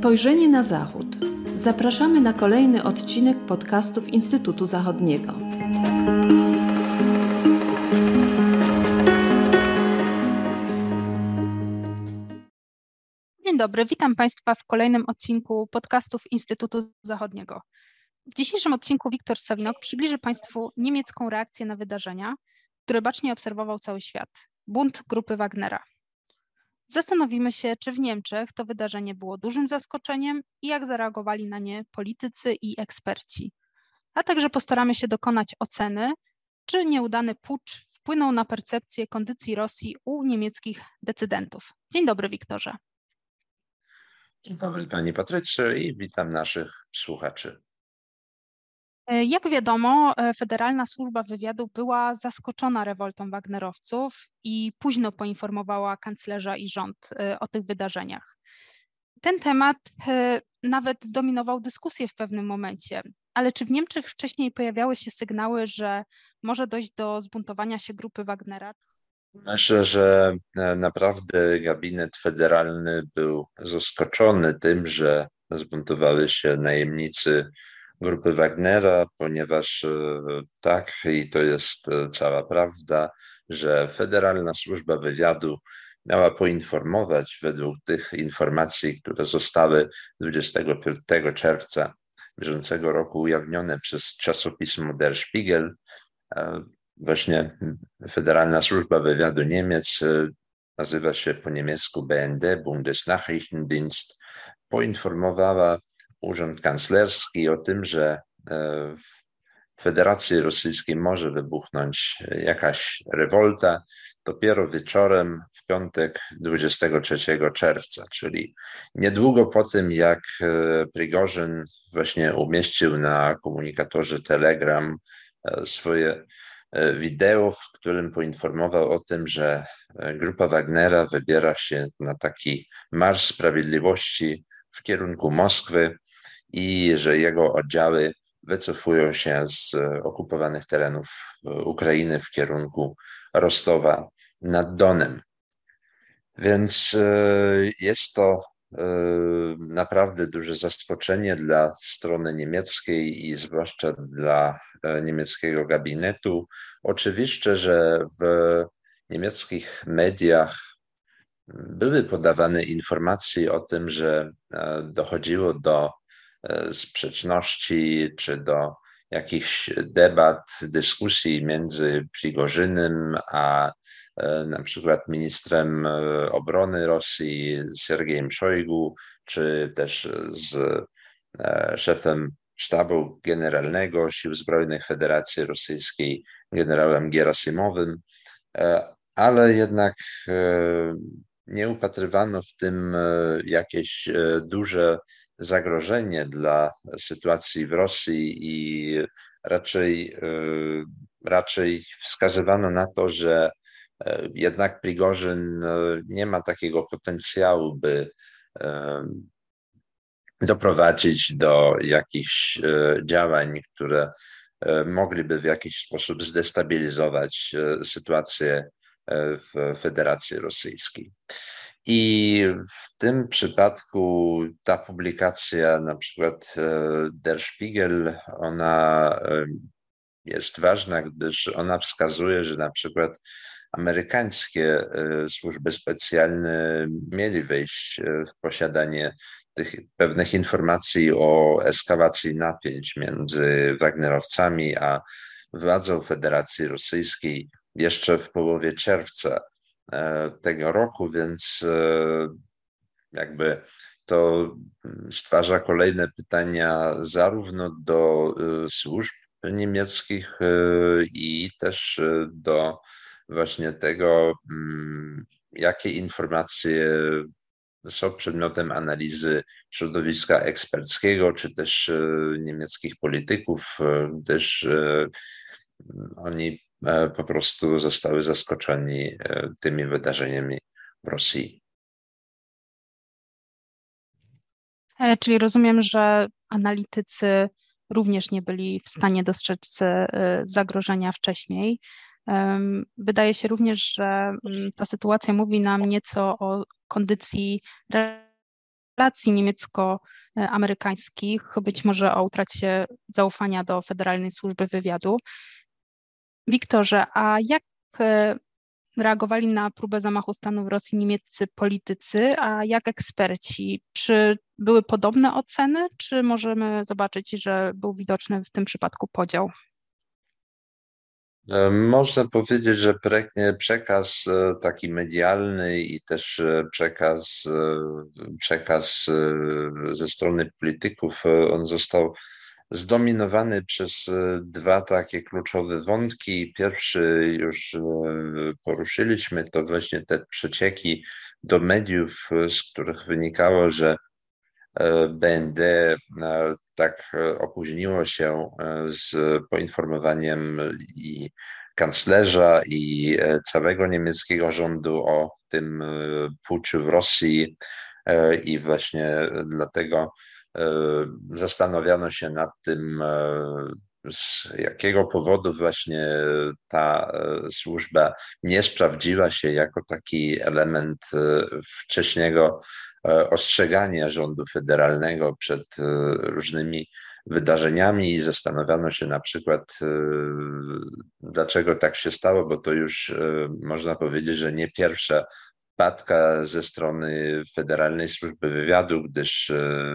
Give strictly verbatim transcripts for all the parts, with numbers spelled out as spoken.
Spojrzenie na Zachód. Zapraszamy na kolejny odcinek podcastów Instytutu Zachodniego. Dzień dobry, witam Państwa w kolejnym odcinku podcastów Instytutu Zachodniego. W dzisiejszym odcinku Wiktor Sawinok przybliży Państwu niemiecką reakcję na wydarzenia, które bacznie obserwował cały świat. Bunt grupy Wagnera. Zastanowimy się, czy w Niemczech to wydarzenie było dużym zaskoczeniem i jak zareagowali na nie politycy i eksperci. A także postaramy się dokonać oceny, czy nieudany pucz wpłynął na percepcję kondycji Rosji u niemieckich decydentów. Dzień dobry, Wiktorze. Dzień dobry Pani Patrycjo i witam naszych słuchaczy. Jak wiadomo, Federalna Służba Wywiadu była zaskoczona rewoltą wagnerowców i późno poinformowała kanclerza i rząd o tych wydarzeniach. Ten temat nawet zdominował dyskusję w pewnym momencie, ale czy w Niemczech wcześniej pojawiały się sygnały, że może dojść do zbuntowania się grupy Wagnera? Myślę, że naprawdę gabinet federalny był zaskoczony tym, że zbuntowały się najemnicy grupy Wagnera, ponieważ tak, i to jest cała prawda, że Federalna Służba Wywiadu miała poinformować według tych informacji, które zostały dwudziestego piątego czerwca bieżącego roku ujawnione przez czasopismo Der Spiegel. Właśnie Federalna Służba Wywiadu Niemiec, nazywa się po niemiecku B N D, Bundesnachrichtendienst, poinformowała Urząd Kanclerski o tym, że w Federacji Rosyjskiej może wybuchnąć jakaś rewolta dopiero wieczorem w piątek dwudziestego trzeciego czerwca, czyli niedługo po tym, jak Prigorzyn właśnie umieścił na komunikatorze Telegram swoje wideo, w którym poinformował o tym, że grupa Wagnera wybiera się na taki Marsz Sprawiedliwości w kierunku Moskwy i że jego oddziały wycofują się z okupowanych terenów Ukrainy w kierunku Rostowa nad Donem. Więc jest to naprawdę duże zaskoczenie dla strony niemieckiej i zwłaszcza dla niemieckiego gabinetu. Oczywiście, że w niemieckich mediach były podawane informacje o tym, że dochodziło do sprzeczności czy do jakichś debat, dyskusji między Prigorzynem a na przykład ministrem obrony Rosji Siergiejem Szojgu, czy też z szefem Sztabu Generalnego Sił Zbrojnych Federacji Rosyjskiej generałem Gerasimowym, ale jednak nie upatrywano w tym jakieś duże zagrożenie dla sytuacji w Rosji i raczej, raczej wskazywano na to, że jednak Prigorzyn nie ma takiego potencjału, by doprowadzić do jakichś działań, które mogliby w jakiś sposób zdestabilizować sytuację w Federacji Rosyjskiej. I w tym przypadku ta publikacja, na przykład Der Spiegel, ona jest ważna, gdyż ona wskazuje, że na przykład amerykańskie służby specjalne mieli wejść w posiadanie tych pewnych informacji o eskalacji napięć między Wagnerowcami a władzą Federacji Rosyjskiej jeszcze w połowie czerwca tego roku, więc jakby to stwarza kolejne pytania zarówno do służb niemieckich i też do właśnie tego, jakie informacje są przedmiotem analizy środowiska eksperckiego, czy też niemieckich polityków, gdyż oni po prostu zostały zaskoczeni tymi wydarzeniami w Rosji. Czyli rozumiem, że analitycy również nie byli w stanie dostrzec zagrożenia wcześniej. Wydaje się również, że ta sytuacja mówi nam nieco o kondycji relacji niemiecko-amerykańskich, być może o utracie zaufania do Federalnej Służby Wywiadu. Wiktorze, a jak reagowali na próbę zamachu stanu w Rosji niemieccy politycy, a jak eksperci? Czy były podobne oceny, czy możemy zobaczyć, że był widoczny w tym przypadku podział? Można powiedzieć, że przekaz taki medialny i też przekaz, przekaz ze strony polityków, on został zdominowany przez dwa takie kluczowe wątki. Pierwszy już poruszyliśmy, to właśnie te przecieki do mediów, z których wynikało, że B N D tak opóźniło się z poinformowaniem i kanclerza, i całego niemieckiego rządu o tym puczu w Rosji, i właśnie dlatego zastanawiano się nad tym, z jakiego powodu właśnie ta służba nie sprawdziła się jako taki element wcześniejszego ostrzegania rządu federalnego przed różnymi wydarzeniami, i zastanawiano się na przykład, dlaczego tak się stało, bo to już można powiedzieć, że nie pierwsza wpadka ze strony Federalnej Służby Wywiadu, gdyż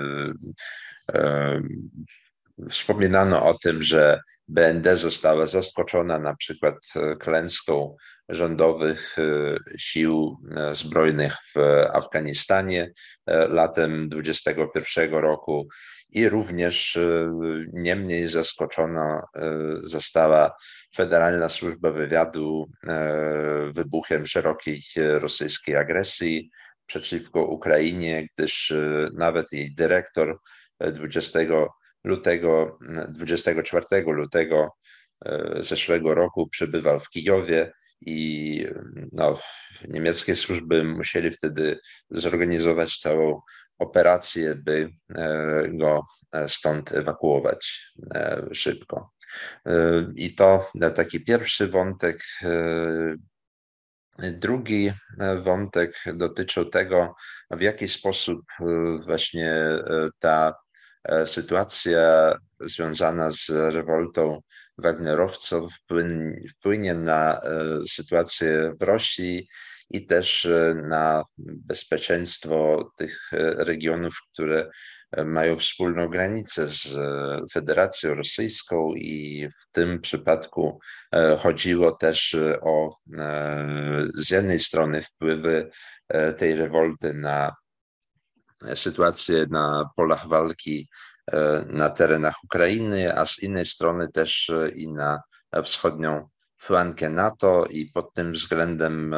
wspominano o tym, że B N D została zaskoczona na przykład klęską rządowych sił zbrojnych w Afganistanie latem dwudziestego pierwszego roku, i również nie mniej zaskoczona została Federalna Służba Wywiadu wybuchem szerokiej rosyjskiej agresji przeciwko Ukrainie, gdyż nawet jej dyrektor dwudziestego lutego, dwudziestego czwartego lutego zeszłego roku przebywał w Kijowie, i no, niemieckie służby musieli wtedy zorganizować całą operację, by go stąd ewakuować szybko. I to taki pierwszy wątek. Drugi wątek dotyczył tego, w jaki sposób właśnie ta sytuacja związana z rewoltą wagnerowców wpłynie na sytuację w Rosji i też na bezpieczeństwo tych regionów, które mają wspólną granicę z Federacją Rosyjską, i w tym przypadku chodziło też o z jednej strony wpływy tej rewolty na sytuację na polach walki na terenach Ukrainy, a z innej strony też i na wschodnią flankę NATO, i pod tym względem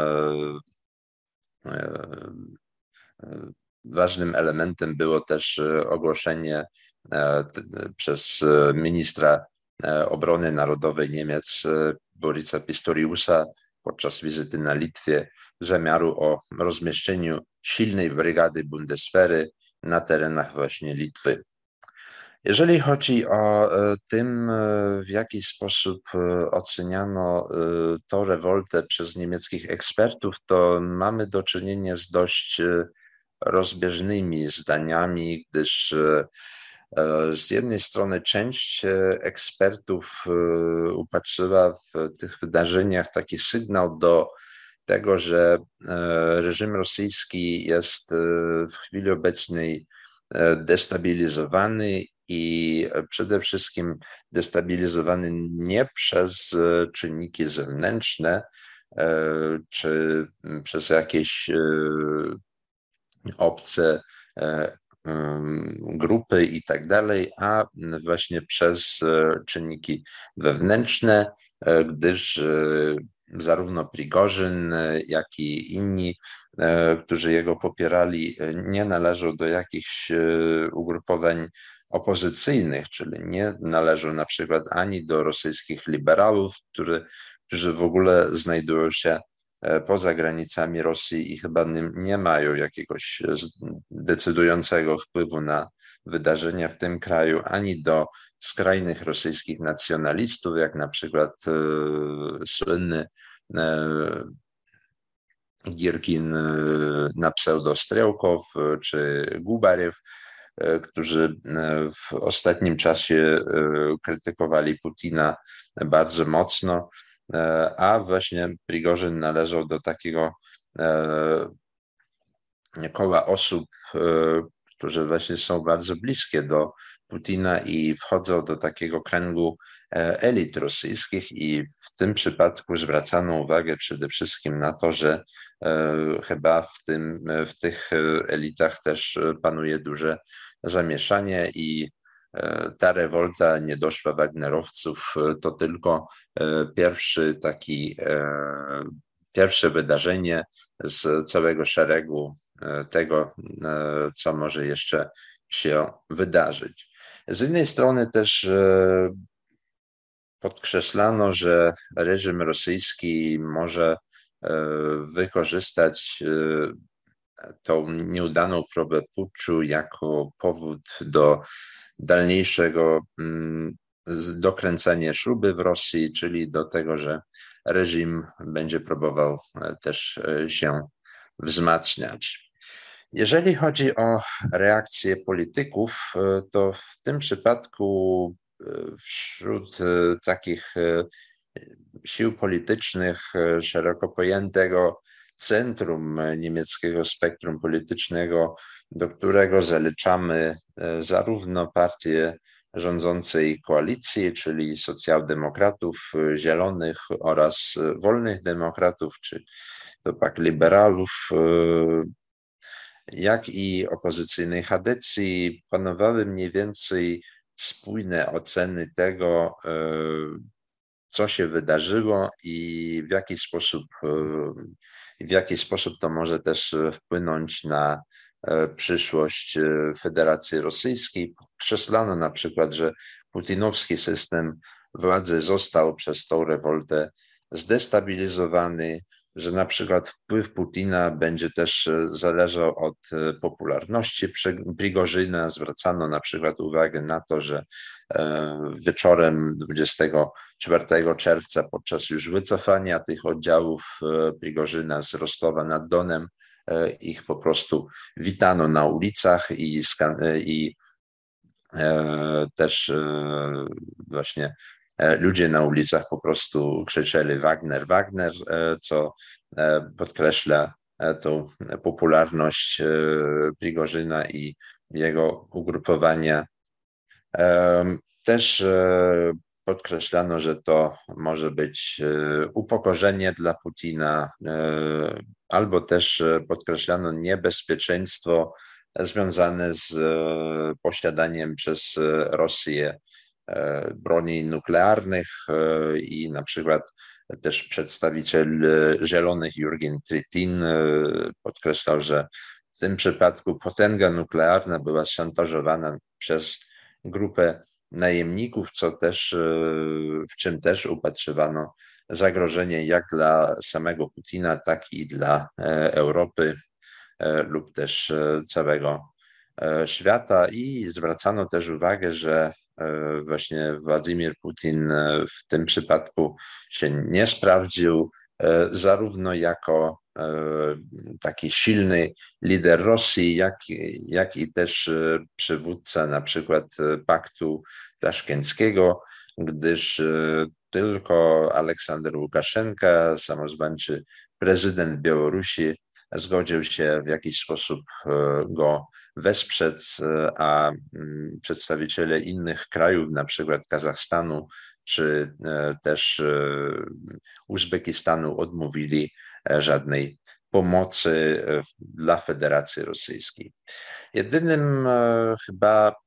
ważnym elementem było też ogłoszenie przez ministra obrony narodowej Niemiec Borisa Pistoriusa podczas wizyty na Litwie zamiaru o rozmieszczeniu silnej brygady Bundeswehry na terenach właśnie Litwy. Jeżeli chodzi o tym, w jaki sposób oceniano tę rewoltę przez niemieckich ekspertów, to mamy do czynienia z dość rozbieżnymi zdaniami, gdyż z jednej strony część ekspertów upatrzyła w tych wydarzeniach taki sygnał do tego, że reżim rosyjski jest w chwili obecnej destabilizowany, i przede wszystkim destabilizowany nie przez czynniki zewnętrzne czy przez jakieś obce grupy i tak dalej, a właśnie przez czynniki wewnętrzne, gdyż zarówno Prigorzyn, jak i inni, którzy jego popierali, nie należą do jakichś ugrupowań opozycyjnych, czyli nie należą na przykład ani do rosyjskich liberałów, który, którzy w ogóle znajdują się poza granicami Rosji i chyba nie, nie mają jakiegoś decydującego wpływu na wydarzenia w tym kraju, ani do skrajnych rosyjskich nacjonalistów, jak na przykład e, słynny e, Girkin na pseudo Strelkow czy Gubarew, którzy w ostatnim czasie krytykowali Putina bardzo mocno, a właśnie Prigorzyn należał do takiego koła osób, którzy właśnie są bardzo bliskie do Putina i wchodzą do takiego kręgu elit rosyjskich, i w tym przypadku zwracano uwagę przede wszystkim na to, że chyba w tym, w tych elitach też panuje duże zamieszanie i ta rewolta nie doszła Wagnerowców to tylko pierwszy taki, pierwsze wydarzenie z całego szeregu tego, co może jeszcze się wydarzyć. Z innej strony też podkreślano, że reżim rosyjski może wykorzystać tą nieudaną próbę puczu jako powód do dalniejszego dokręcania śruby w Rosji, czyli do tego, że reżim będzie próbował też się wzmacniać. Jeżeli chodzi o reakcję polityków, to w tym przypadku wśród takich sił politycznych szeroko pojętego centrum niemieckiego spektrum politycznego, do którego zaliczamy zarówno partię rządzącej koalicji, czyli socjaldemokratów, zielonych oraz wolnych demokratów, czy to pak liberałów, jak i opozycyjnej Chadecji, panowały mniej więcej spójne oceny tego, co się wydarzyło i w jaki sposób, w jaki sposób to może też wpłynąć na przyszłość Federacji Rosyjskiej. Podkreślano na przykład, że putinowski system władzy został przez tą rewoltę zdestabilizowany, że na przykład wpływ Putina będzie też zależał od popularności Prigorzyna. Zwracano na przykład uwagę na to, że wieczorem dwudziestego czwartego czerwca, podczas już wycofania tych oddziałów Prigorzyna z Rostowa nad Donem, ich po prostu witano na ulicach i, i też właśnie ludzie na ulicach po prostu krzyczeli Wagner, Wagner, co podkreśla tą popularność Prigorzyna i jego ugrupowania. Też podkreślano, że to może być upokorzenie dla Putina, albo też podkreślano niebezpieczeństwo związane z posiadaniem przez Rosję broni nuklearnych, i na przykład też przedstawiciel Zielonych Jurgen Trittin podkreślał, że w tym przypadku potęga nuklearna była szantażowana przez grupę najemników, co też, w czym też upatrzywano zagrożenie jak dla samego Putina, tak i dla Europy lub też całego świata. I zwracano też uwagę, że właśnie Władimir Putin w tym przypadku się nie sprawdził, zarówno jako taki silny lider Rosji, jak, jak i też przywódca na przykład Paktu Taszkenckiego, gdyż tylko Aleksander Łukaszenka, samozwańczy prezydent Białorusi, zgodził się w jakiś sposób go wesprzeć, a przedstawiciele innych krajów, na przykład Kazachstanu czy też Uzbekistanu, odmówili żadnej pomocy dla Federacji Rosyjskiej. Jedynym chyba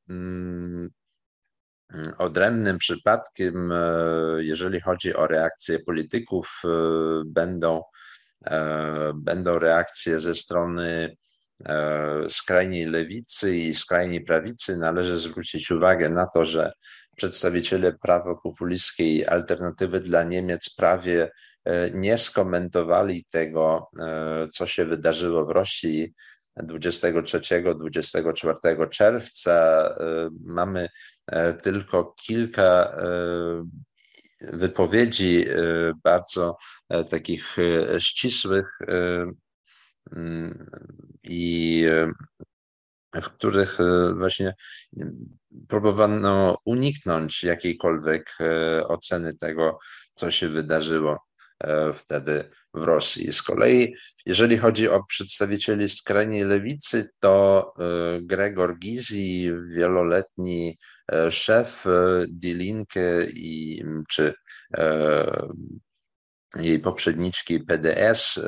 odrębnym przypadkiem, jeżeli chodzi o reakcje polityków, będą, będą reakcje ze strony skrajnej lewicy i skrajnej prawicy. Należy zwrócić uwagę na to, że przedstawiciele prawopopulistskiej Alternatywy dla Niemiec prawie nie skomentowali tego, co się wydarzyło w Rosji dwudziestego trzeciego do dwudziestego czwartego czerwca. Mamy tylko kilka wypowiedzi bardzo takich ścisłych i w których właśnie próbowano uniknąć jakiejkolwiek oceny tego, co się wydarzyło wtedy w Rosji. Z kolei, jeżeli chodzi o przedstawicieli skrajnej lewicy, to Gregor Gysi, wieloletni szef Die Linke i czy jej poprzedniczki P D S,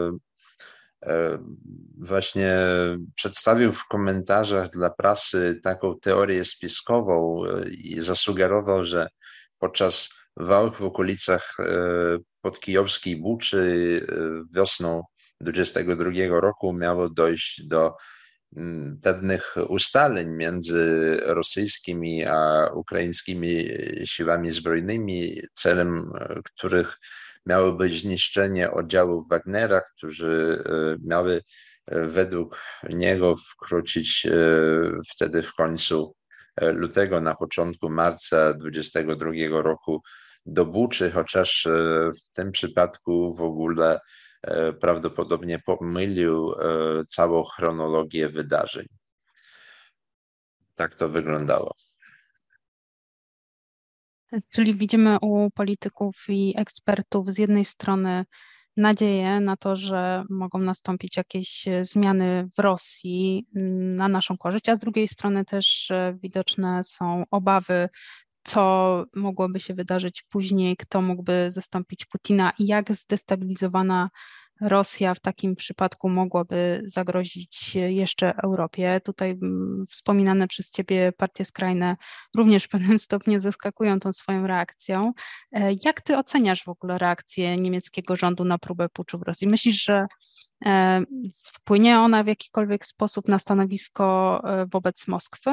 właśnie przedstawił w komentarzach dla prasy taką teorię spiskową i zasugerował, że podczas walk w okolicach podkijowskiej Buczy wiosną dwudziestego drugiego roku miało dojść do pewnych ustaleń między rosyjskimi a ukraińskimi siłami zbrojnymi, celem których miało być zniszczenie oddziałów Wagnera, którzy miały według niego wkroczyć wtedy w końcu lutego, na początku marca dwudziestego drugiego roku do Buczy, chociaż w tym przypadku w ogóle prawdopodobnie pomylił całą chronologię wydarzeń. Tak to wyglądało. Czyli widzimy u polityków i ekspertów z jednej strony nadzieję na to, że mogą nastąpić jakieś zmiany w Rosji na naszą korzyść, a z drugiej strony też widoczne są obawy, co mogłoby się wydarzyć później, kto mógłby zastąpić Putina i jak zdestabilizowana Rosja w takim przypadku mogłaby zagrozić jeszcze Europie. Tutaj wspominane przez Ciebie partie skrajne również w pewnym stopniu zaskakują tą swoją reakcją. Jak Ty oceniasz w ogóle reakcję niemieckiego rządu na próbę puczu w Rosji? Myślisz, że wpłynie ona w jakikolwiek sposób na stanowisko wobec Moskwy?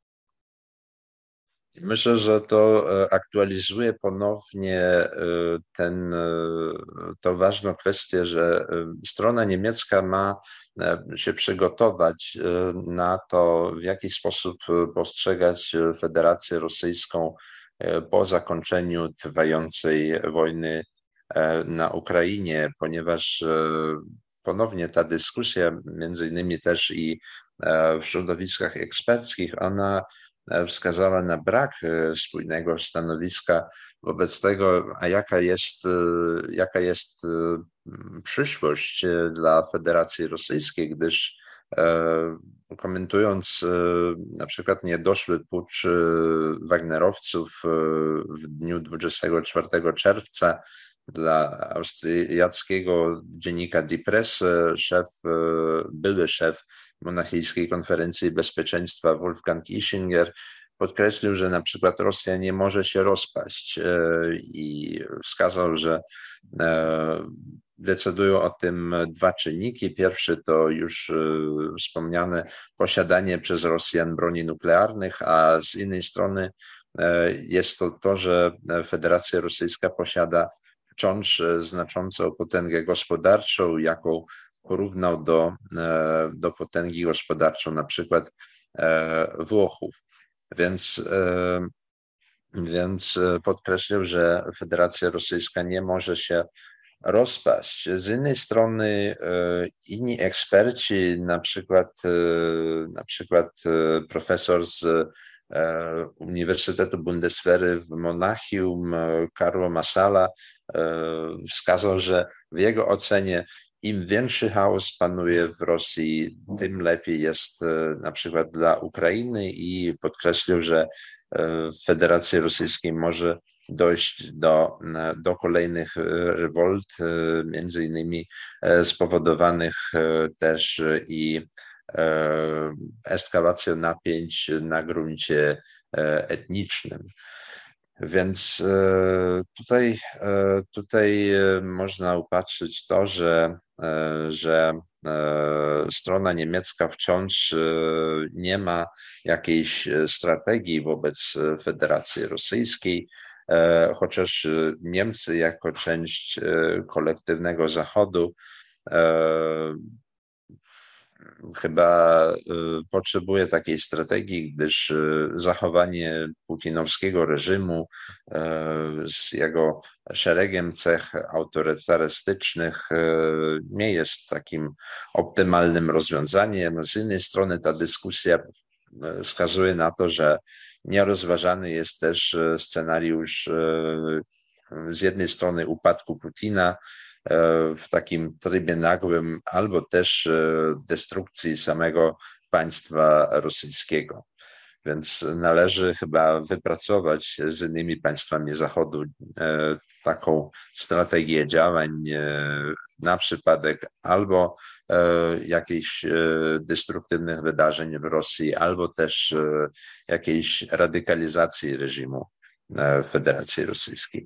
Myślę, że to aktualizuje ponownie ten, tą ważną kwestię, że strona niemiecka ma się przygotować na to, w jaki sposób postrzegać Federację Rosyjską po zakończeniu trwającej wojny na Ukrainie, ponieważ ponownie ta dyskusja, między innymi też i w środowiskach eksperckich, ona wskazała na brak spójnego stanowiska wobec tego, a jaka jest, jaka jest przyszłość dla Federacji Rosyjskiej, gdyż komentując na przykład niedoszły pucz Wagnerowców w dniu dwudziestego czwartego czerwca dla austriackiego dziennika Die Presse, szef, były szef Monachijskiej Konferencji Bezpieczeństwa Wolfgang Ischinger podkreślił, że na przykład Rosja nie może się rozpaść i wskazał, że decydują o tym dwa czynniki. Pierwszy to już wspomniane posiadanie przez Rosjan broni nuklearnych, a z innej strony jest to to, że Federacja Rosyjska posiada wciąż znaczącą potęgę gospodarczą, jaką porównał do, do potęgi gospodarczą na przykład Włochów. Więc, więc podkreślił, że Federacja Rosyjska nie może się rozpaść. Z innej strony inni eksperci, na przykład, na przykład profesor z Uniwersytetu Bundeswehry w Monachium, Carlo Massala, wskazał, że w jego ocenie im większy chaos panuje w Rosji, tym lepiej jest na przykład dla Ukrainy i podkreślił, że w Federacji Rosyjskiej może dojść do, do kolejnych rewolt, między innymi spowodowanych też i eskalacją napięć na gruncie etnicznym. Więc tutaj, tutaj można upatrzyć to, że, że strona niemiecka wciąż nie ma jakiejś strategii wobec Federacji Rosyjskiej, chociaż Niemcy jako część kolektywnego Zachodu chyba potrzebuje takiej strategii, gdyż zachowanie putinowskiego reżimu z jego szeregiem cech autorytarystycznych nie jest takim optymalnym rozwiązaniem. Z jednej strony ta dyskusja wskazuje na to, że nierozważany jest też scenariusz z jednej strony upadku Putina w takim trybie nagłym, albo też destrukcji samego państwa rosyjskiego. Więc należy chyba wypracować z innymi państwami Zachodu taką strategię działań na przypadek albo jakichś destruktywnych wydarzeń w Rosji, albo też jakiejś radykalizacji reżimu Federacji Rosyjskiej.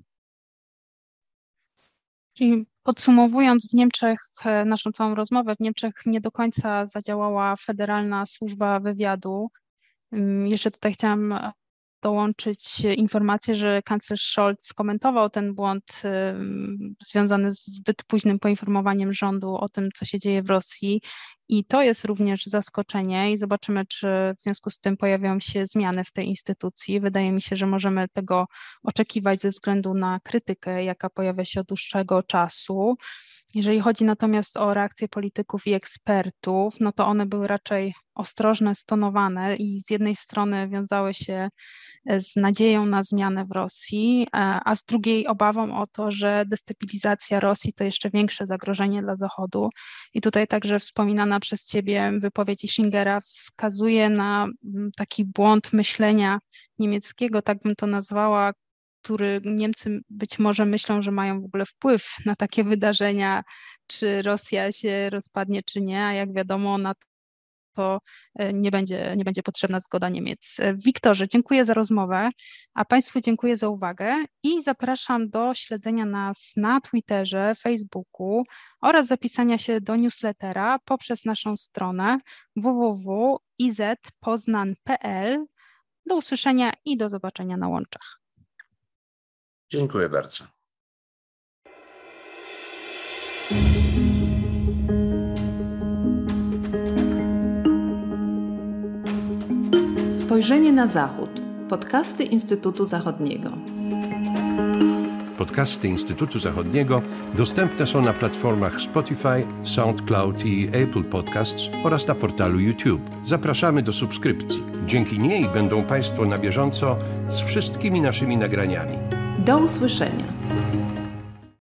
Czyli podsumowując, w Niemczech naszą całą rozmowę, w Niemczech nie do końca zadziałała Federalna Służba Wywiadu. Jeszcze tutaj chciałam dołączyć informację, że kanclerz Scholz skomentował ten błąd związany z zbyt późnym poinformowaniem rządu o tym, co się dzieje w Rosji. I to jest również zaskoczenie i zobaczymy, czy w związku z tym pojawią się zmiany w tej instytucji. Wydaje mi się, że możemy tego oczekiwać ze względu na krytykę, jaka pojawia się od dłuższego czasu. Jeżeli chodzi natomiast o reakcje polityków i ekspertów, no to one były raczej ostrożne, stonowane i z jednej strony wiązały się z nadzieją na zmianę w Rosji, a z drugiej obawą o to, że destabilizacja Rosji to jeszcze większe zagrożenie dla Zachodu. I tutaj także wspominana przez Ciebie wypowiedź Ischingera wskazuje na taki błąd myślenia niemieckiego, tak bym to nazwała, który Niemcy być może myślą, że mają w ogóle wpływ na takie wydarzenia, czy Rosja się rozpadnie, czy nie, a jak wiadomo, na to nie będzie, nie będzie potrzebna zgoda Niemiec. Wiktorze, dziękuję za rozmowę, a Państwu dziękuję za uwagę i zapraszam do śledzenia nas na Twitterze, Facebooku oraz zapisania się do newslettera poprzez naszą stronę w w w kropka i z poznan kropka p l. Do usłyszenia i do zobaczenia na łączach. Dziękuję bardzo. Spojrzenie na Zachód. Podcasty Instytutu Zachodniego. Podcasty Instytutu Zachodniego dostępne są na platformach Spotify, SoundCloud i Apple Podcasts oraz na portalu YouTube. Zapraszamy do subskrypcji. Dzięki niej będą Państwo na bieżąco z wszystkimi naszymi nagraniami. Do usłyszenia.